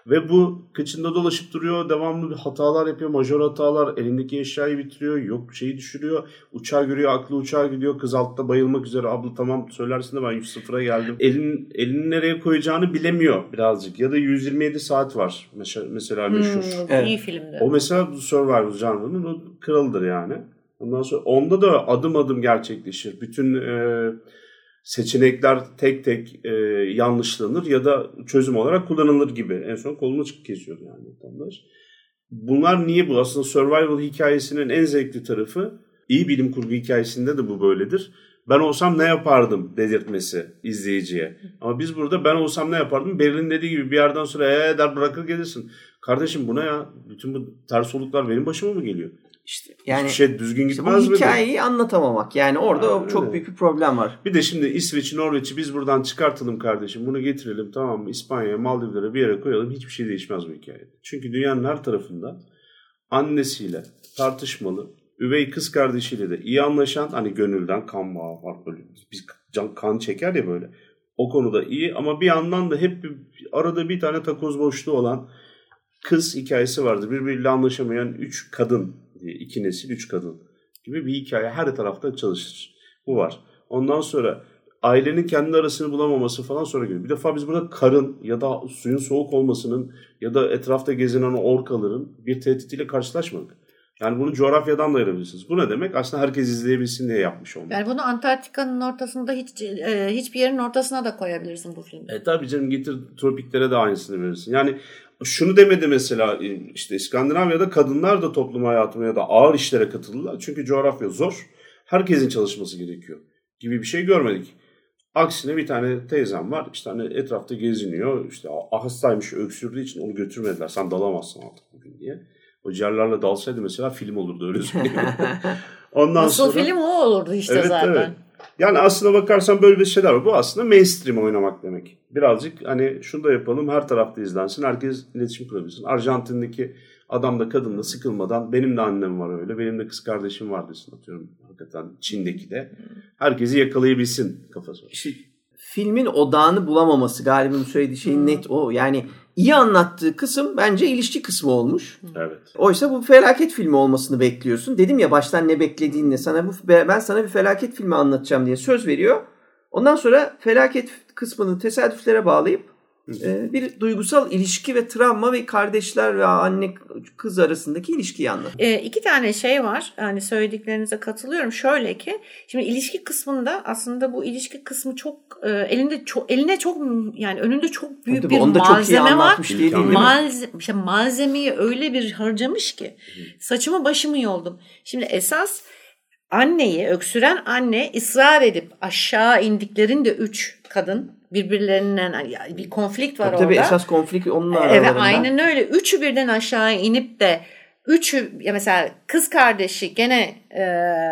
Ve bu kıçında dolaşıp duruyor, devamlı hatalar yapıyor, majör hatalar, elindeki eşyayı bitiriyor, yok şeyi düşürüyor, uçağı görüyor, aklı uçağa gidiyor, kız altta bayılmak üzere, abla tamam söylersin de ben yüz sıfıra geldim. Elin, elini nereye koyacağını bilemiyor birazcık, ya da yüz yirmi yedi saat var mesela, mesela meşhur. Hmm, evet. İyi filmdi. O mesela Survivor janrının o kralıdır yani. Ondan sonra onda da adım adım gerçekleşir. Bütün e, seçenekler tek tek e, yanlışlanır ya da çözüm olarak kullanılır gibi. En son kolunu çıkıp kesiyor yani vatandaş. Bunlar niye bu? Aslında survival hikayesinin en zevkli tarafı, iyi bilim kurgu hikayesinde de bu böyledir. Ben olsam ne yapardım dedirtmesi izleyiciye. Ama biz burada ben olsam ne yapardım? Berlin dediği gibi bir yerden sonra ee der bırakır gelirsin. Kardeşim bu ne ya? Bütün bu ters oluklar benim başıma mı geliyor? İşte yani hiçbir şey düzgün gitmez işte bu mi? hikayeyi de anlatamamak. Yani orada ha, çok büyük bir problem var. Bir de şimdi İsveç'i, Norveç'i biz buradan çıkartalım kardeşim. Bunu getirelim, tamam mı? İspanya'ya, Maldivlere bir yere koyalım. Hiçbir şey değişmez bu hikayede. Çünkü dünyanın her tarafında annesiyle tartışmalı, üvey kız kardeşiyle de iyi anlaşan, hani gönülden kan bağı var böyle. Biz can, kan çeker ya böyle. O konuda iyi ama bir yandan da hep bir, arada bir tane takoz boşluğu olan kız hikayesi vardır. Birbiriyle anlaşamayan üç kadın, iki nesil, üç kadın gibi bir hikaye her tarafta çalışır. Bu var. Ondan sonra ailenin kendi arasını bulamaması falan sonra geliyor. Bir defa biz burada karın ya da suyun soğuk olmasının ya da etrafta gezinen orkaların bir tehditiyle karşılaşmadık. Yani bunu coğrafyadan da ayırabilirsiniz. Bu ne demek? Aslında herkes izleyebilsin diye yapmış olmak. Yani bunu Antarktika'nın ortasında hiç e, hiçbir yerin ortasına da koyabilirsin bu filmi. E tabii canım, getir tropiklere de aynısını verirsin. Yani şunu demedi mesela, işte İskandinavya'da kadınlar da toplum hayatına ya da ağır işlere katıldılar. Çünkü coğrafya zor. Herkesin çalışması gerekiyor gibi bir şey görmedik. Aksine bir tane teyzem var. İşte hani etrafta geziniyor. İşte hastaymış, öksürdüğü için onu götürmediler. Sen dalamazsın artık bugün diye. O ciğerlerle dalsaydı mesela film olurdu, öyle söyleyeyim. Ondan Asıl sonra, film o olurdu işte evet, zaten. Evet. Yani aslına bakarsan böyle bir şeyler var. Bu aslında mainstream oynamak demek. Birazcık hani şunu da yapalım, her tarafta izlensin, herkes iletişim kurabilsin. Arjantin'deki adam da kadın da sıkılmadan benim de annem var öyle, benim de kız kardeşim var desin, atıyorum. Hakikaten Çin'deki de herkesi yakalayabilsin kafası. İşte filmin odağını bulamaması, Galip'in söylediği şeyin hmm. net o. Yani iyi anlattığı kısım bence ilişki kısmı olmuş. Evet. Oysa bu felaket filmi olmasını bekliyorsun. Dedim ya baştan ne beklediğinle, sana bu ben sana bir felaket filmi anlatacağım diye söz veriyor. Ondan sonra felaket kısmını tesadüflere bağlayıp e, bir duygusal ilişki ve travma ve kardeşler ve anne kız arasındaki ilişkiyi anlatıyor. E, iki tane şey var. Yani söylediklerinize katılıyorum. Şöyle ki, şimdi ilişki kısmında aslında bu ilişki kısmı çok e, elinde çok eline çok yani önünde çok büyük tabii, bir malzeme var. Değil, Malze, işte malzemeyi öyle bir harcamış ki saçımı başımı yoldum. Şimdi esas anneyi, öksüren anne ısrar edip aşağı indiklerinde üç kadın birbirlerinden bir konflikt var tabii orada. Tabii esas konflikt onun aralarında. Evet, aynen öyle. Üçü birden aşağı inip de üçü ya mesela kız kardeşi gene e,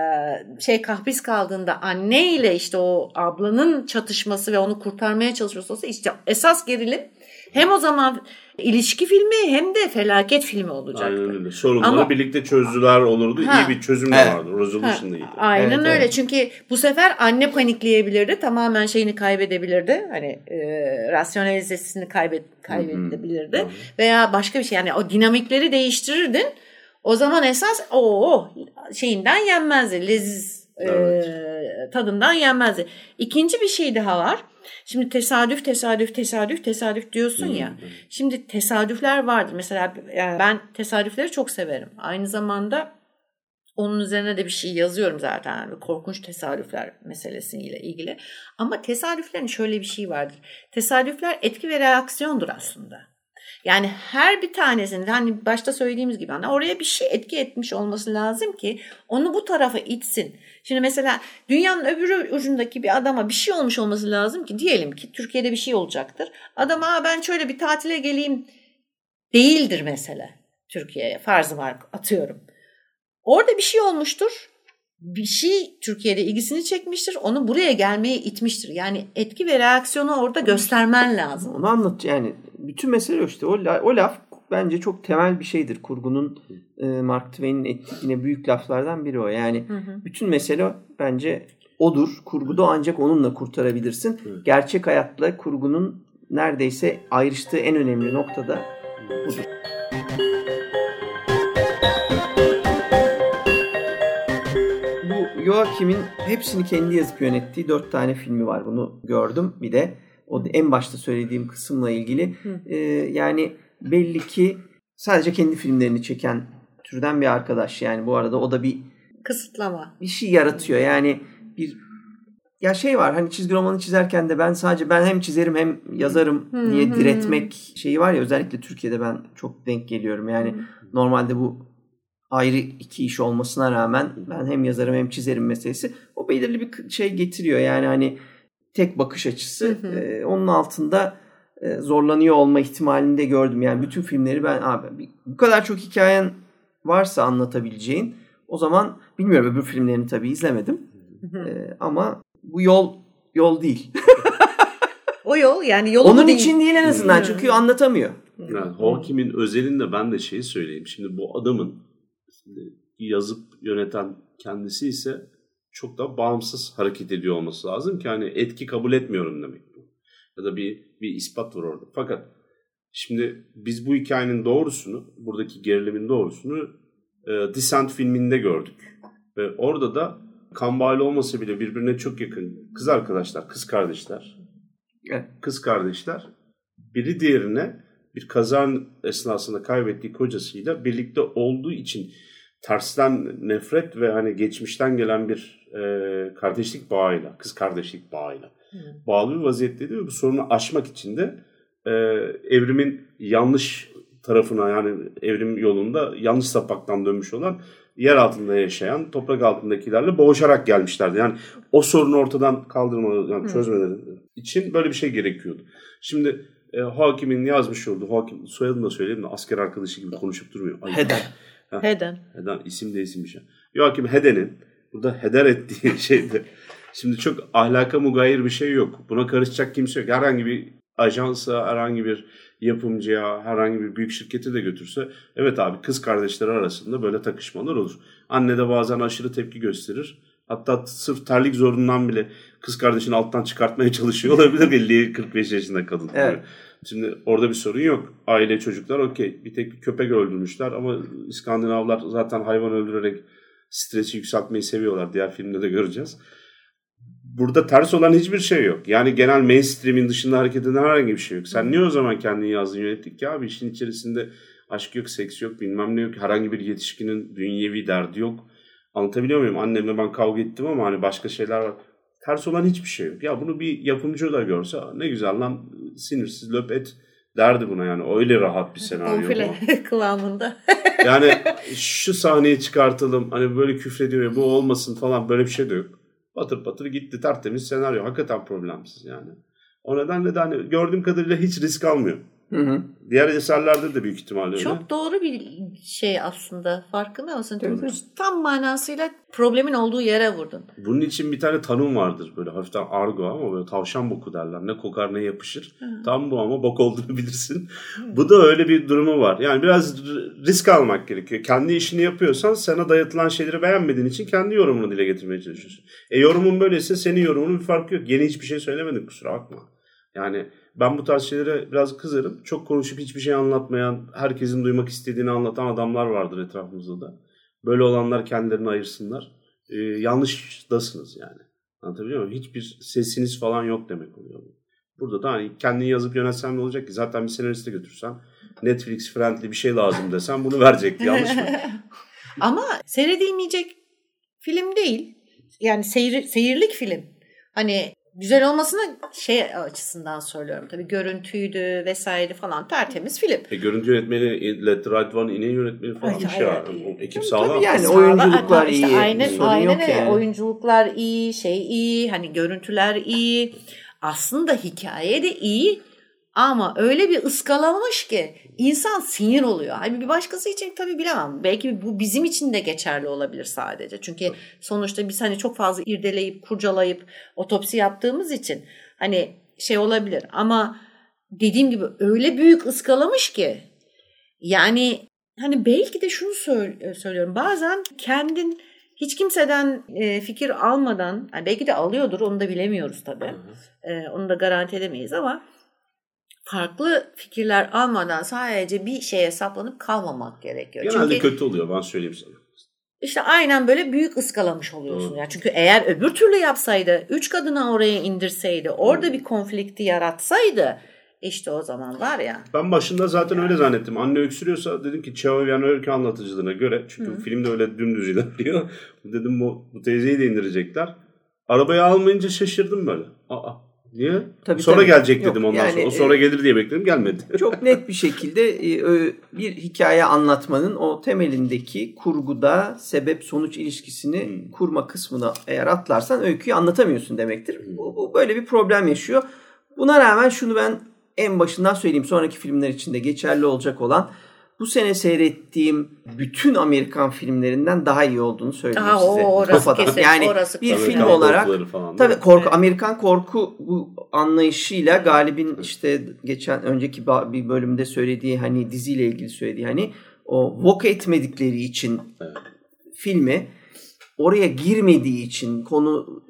şey kahpis kaldığında anneyle işte o ablanın çatışması ve onu kurtarmaya çalışması olsa işte esas gerilim hem o zaman ilişki filmi hem de felaket filmi olacaktı. Aynen öyle. Sorunları Ama, birlikte çözdüler olurdu. Ha, İyi bir çözüm de evet. vardı. Resolution da iyiydi. Aynen evet, öyle. Evet. Çünkü bu sefer anne panikleyebilirdi. Tamamen şeyini kaybedebilirdi. Hani e, rasyonalizesini kaybet, kaybedebilirdi. Hı-hı. Veya başka bir şey. Yani o dinamikleri değiştirirdin. O zaman esas o şeyinden yenmezdi. Leziz evet. e, tadından yenmezdi. İkinci bir şey daha var. Şimdi tesadüf, tesadüf, tesadüf, tesadüf diyorsun hmm. ya. Şimdi tesadüfler vardır. Mesela yani ben tesadüfleri çok severim. Aynı zamanda onun üzerine de bir şey yazıyorum zaten. Yani korkunç tesadüfler meselesiyle ilgili. Ama tesadüflerin şöyle bir şey vardır. Tesadüfler etki ve reaksiyondur aslında. Yani her bir tanesinin hani başta söylediğimiz gibi hani oraya bir şey etki etmiş olması lazım ki onu bu tarafa itsin. Şimdi mesela dünyanın öbür ucundaki bir adama bir şey olmuş olması lazım ki diyelim ki Türkiye'de bir şey olacaktır. Adama ben şöyle bir tatile geleyim değildir mesela Türkiye'ye farzı var atıyorum. Orada bir şey olmuştur. Bir şey Türkiye'de ilgisini çekmiştir. Onu buraya gelmeye itmiştir. Yani etki ve reaksiyonu orada göstermen lazım. Onu anlat yani. Bütün mesele işte. O, o laf bence çok temel bir şeydir. Kurgunun e, Mark Twain'in ettiğine büyük laflardan biri o. Yani hı hı. bütün mesele bence odur. Kurguda ancak onunla kurtarabilirsin. Hı. Gerçek hayatla kurgunun neredeyse ayrıştığı en önemli noktada budur. Bu Joachim'in hepsini kendi yazıp yönettiği dört tane filmi var. Bunu gördüm. Bir de o en başta söylediğim kısımla ilgili e, yani belli ki sadece kendi filmlerini çeken türden bir arkadaş. Yani bu arada o da bir kısıtlama. Bir şey yaratıyor. Yani bir ya şey var hani çizgi romanı çizerken de ben sadece ben hem çizerim hem yazarım hı, diye hı, diretmek şeyi var ya, özellikle Türkiye'de ben çok denk geliyorum. Yani hı. normalde bu ayrı iki iş olmasına rağmen ben hem yazarım hem çizerim meselesi o belirli bir şey getiriyor. Yani hani tek bakış açısı hı hı. E, onun altında e, zorlanıyor olma ihtimalini de gördüm. Yani bütün filmleri ben abi bu kadar çok hikayen varsa anlatabileceğin, o zaman bilmiyorum, öbür filmlerini tabii izlemedim. Hı hı. E, ama bu yol yol değil. O yol yani yolu onun değil. için değil en azından, çünkü anlatamıyor. Yani Joachim'in özelinde ben de şeyi söyleyeyim. Şimdi bu adamın yazıp yöneten kendisi ise çok da bağımsız hareket ediyor olması lazım ki hani etki kabul etmiyorum demek bu. Ya da bir bir ispat var orada. Fakat şimdi biz bu hikayenin doğrusunu, buradaki gerilimin doğrusunu e, Descent filminde gördük. Ve orada da kan bağlı olmasa bile birbirine çok yakın kız arkadaşlar, kız kardeşler. Evet. Kız kardeşler biri diğerine bir kazan esnasında kaybettiği kocasıyla birlikte olduğu için tersten nefret ve hani geçmişten gelen bir e, kardeşlik bağıyla, kız kardeşlik bağıyla hmm. bağlı bir vaziyetteydi ve bu sorunu aşmak için de e, evrimin yanlış tarafına, yani evrim yolunda yanlış sapaktan dönmüş olan yer altında yaşayan toprak altındakilerle boğuşarak gelmişlerdi. Yani o sorunu ortadan kaldırmaları, yani çözmeleri hmm. için böyle bir şey gerekiyordu. Şimdi e, Joachim'in yazmış olduğu, Joachim soyadını da söyleyeyim de asker arkadaşı gibi konuşup durmuyor. Ay, Heden. Heden. Heden isim de isimmiş. Joachim Heden'in burada heder ettiği şeyde şimdi çok ahlaka mugayir bir şey yok. Buna karışacak kimse yok. Herhangi bir ajansa, herhangi bir yapımcıya, herhangi bir büyük şirkete de götürse, evet abi, kız kardeşleri arasında böyle takışmalar olur. Anne de bazen aşırı tepki gösterir. Hatta sırf terlik zorundan bile kız kardeşini alttan çıkartmaya çalışıyor olabilir elli kırk beş yaşında kadın. Evet. Şimdi orada bir sorun yok. Aile, çocuklar okey. Bir tek bir köpek öldürmüşler ama İskandinavlar zaten hayvan öldürerek stresi yükseltmeyi seviyorlar. Diğer filmde de göreceğiz. Burada ters olan hiçbir şey yok. Yani genel mainstream'in dışında hareket eden herhangi bir şey yok. Sen niye o zaman kendini yazdın, yönettik ki abi? İşin içerisinde aşk yok, seks yok, bilmem ne yok. Herhangi bir yetişkinin dünyevi derdi yok. Anlatabiliyor muyum? Annemle ben kavga ettim ama hani başka şeyler var. Ters olan hiçbir şey yok. Ya bunu bir yapımcı da görse ne güzel lan, sinirsiz löp et derdi buna yani. Öyle rahat bir senaryo. Konfile kıvamında. Yani şu sahneyi çıkartalım, hani böyle küfrediyor ya, bu olmasın falan, böyle bir şey de yok. Patır patır gitti, tertemiz senaryo. Hakikaten problemsiz yani. O nedenle de hani gördüğüm kadarıyla hiç risk almıyor. Hı hı. Diğer eserlerde de büyük ihtimalle öyle. Çok doğru bir şey aslında. Farkında mısın? Evet. Tam manasıyla problemin olduğu yere vurdun. Bunun için bir tane tanım vardır. Böyle hafiften argo ama böyle tavşan boku derler. Ne kokar ne yapışır. Hı. Tam bu ama bok olduğunu bilirsin. Hı. Bu da öyle bir durumu var. Yani biraz risk almak gerekiyor. Kendi işini yapıyorsan sana dayatılan şeyleri beğenmediğin için kendi yorumunu dile getirmeye çalışıyorsun. E yorumun böyleyse senin yorumunun bir farkı yok. Yeni hiçbir şey söylemedin, kusura bakma. Yani ben bu tarz şeylere biraz kızarım. Çok konuşup hiçbir şey anlatmayan, herkesin duymak istediğini anlatan adamlar vardır etrafımızda da. Böyle olanlar kendilerini ayırsınlar. Ee, yanlışdasınız yani. Anlatabiliyor muyum? Hiçbir sesiniz falan yok demek oluyor. Burada da hani kendini yazıp yönetsen ne olacak ki? Zaten bir senariste götürsen Netflix friendly bir şey lazım desen bunu verecekti. Yanlış mı? Ama seyredilmeyecek film değil. Yani seyir, seyirlik film. Hani güzel olmasını şey açısından söylüyorum. Tabii görüntüydü vesaire falan, tertemiz film. E, görüntü yönetmeni, Let the Right One in'in yönetmeni falan bir şey var. O ekip sağlam. Tabii yani oyunculuklar iyi. İşte aynen, sorun aynen yok yani. Oyunculuklar iyi, şey iyi, hani görüntüler iyi. Aslında hikaye de iyi. Ama öyle bir ıskalamış ki insan sinir oluyor. Hani bir başkası için tabii bilemem. Belki bu bizim için de geçerli olabilir sadece. Çünkü sonuçta biz hani çok fazla irdeleyip, kurcalayıp otopsi yaptığımız için hani şey olabilir. Ama dediğim gibi öyle büyük ıskalamış ki yani hani belki de şunu söylüyorum. Bazen kendin hiç kimseden fikir almadan, yani belki de alıyordur, onu da bilemiyoruz tabii. Hı hı. Onu da garanti edemeyiz ama farklı fikirler almadan sadece bir şeye saplanıp kalmamak gerekiyor. Genelde Çünkü kötü oluyor, ben söyleyeyim sana. İşte aynen böyle büyük ıskalamış oluyorsun. Yani çünkü eğer öbür türlü yapsaydı, üç kadını oraya indirseydi, orada hmm. bir konflikti yaratsaydı, işte o zaman var ya. Ben başında zaten yani öyle zannettim. Anne öksürüyorsa dedim ki Çağlayan öykü anlatıcılığına göre, çünkü hmm. filmde öyle dümdüz ilerliyor. Dedim bu, bu teyzeyi de indirecekler. Arabayı almayınca şaşırdım böyle. Aa, niye? Tabii, sonra tabii. gelecek dedim. Yok, ondan yani, sonra. O sonra e, gelir diye bekledim, gelmedi. Çok net bir şekilde bir hikaye anlatmanın o temelindeki kurguda sebep-sonuç ilişkisini hmm. kurma kısmını eğer atlarsan öyküyü anlatamıyorsun demektir. Hmm. Bu, bu böyle bir problem yaşıyor. Buna rağmen şunu ben en başından söyleyeyim, sonraki filmler için de geçerli olacak olan, bu sene seyrettiğim bütün Amerikan filmlerinden daha iyi olduğunu söyleyeyim Aa, size. O, orası kesin. Yani orası bir kesin. film olarak tabii korku, evet. Amerikan korku bu anlayışıyla Galip'in işte geçen önceki bir bölümde söylediği, hani diziyle ilgili söylediği, hani o voke etmedikleri için evet. filmi oraya girmediği için konu,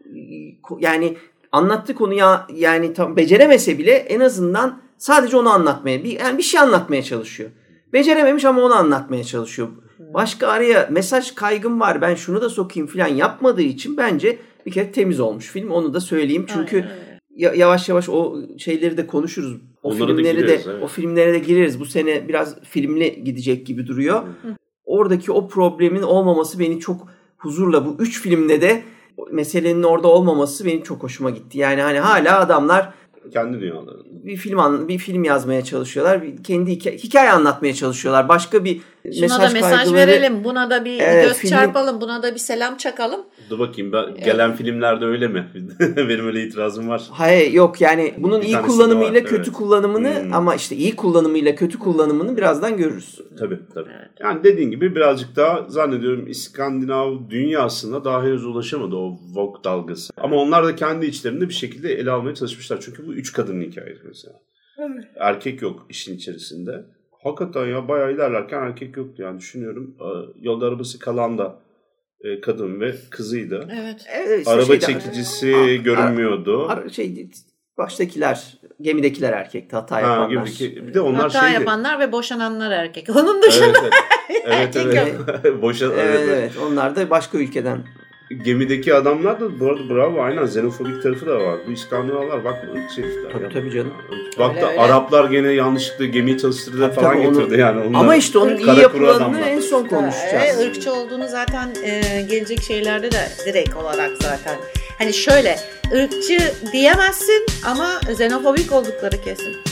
yani anlattığı konuya yani tam beceremese bile en azından sadece onu anlatmaya, bir yani bir şey anlatmaya çalışıyor. Becerememiş ama onu anlatmaya çalışıyor. Başka araya mesaj kaygım var, ben şunu da sokayım falan yapmadığı için bence bir kere temiz olmuş film. Onu da söyleyeyim. Çünkü aynen, yavaş yavaş o şeyleri de konuşuruz. O Onlara filmleri de, evet. o filmlere de gireriz. Bu sene biraz filmli gidecek gibi duruyor. Hı. Oradaki o problemin olmaması beni çok huzurla, bu üç filmde de meselenin orada olmaması benim çok hoşuma gitti. Yani hani hala adamlar kendi dünyaları. Bir film bir film yazmaya çalışıyorlar. Bir kendi hikaye, hikaye anlatmaya çalışıyorlar. Başka bir şuna mesaj da mesaj kaygıları verelim. Buna da bir evet, göz filmi çarpalım. Buna da bir selam çakalım. Dur bakayım, ben, gelen evet. filmlerde öyle mi? Benim öyle itirazım var. Hayır, yok yani bunun bir iyi kullanımıyla kötü evet. kullanımını hmm. ama işte iyi kullanımıyla kötü kullanımını birazdan görürüz. Tabii tabii. Evet. Yani dediğin gibi birazcık daha zannediyorum İskandinav dünyasına daha henüz ulaşamadı o Vogue dalgası. Ama onlar da kendi içlerinde bir şekilde ele almaya çalışmışlar. Çünkü bu üç kadının hikayesi mesela. Evet. Erkek yok işin içerisinde. Hakikaten ya bayağı ilerlerken erkek yoktu yani, düşünüyorum. Yolda arabası kalan da kadın ve kızıydı. Evet. evet Araba şeyde, çekicisi a, görünmüyordu. A, şey, baştakiler, gemidekiler erkekti, hata yapanlar. Ha, gemideki, bir de onlar hata şeydi. yapanlar ve boşananlar erkek. Onun dışında evet, evet. evet, evet. Boşan, evet, evet. evet. Onlar da başka ülkeden. Gemideki adamlar da bu arada bravo, aynen xenofobik tarafı da var. Bu İskandinavlar bakma ırk herifler. Tabii tabii canım. Bak da Araplar gene yanlışlıkla gemiyi çalıştırdılar falan tabii getirdi onu, yani. Onlar ama işte onun iyi yapılanını en son konuşacağız. Evet, ırkçı olduğunu zaten e, gelecek şeylerde de direkt olarak zaten. Hani şöyle ırkçı diyemezsin ama xenofobik oldukları kesin.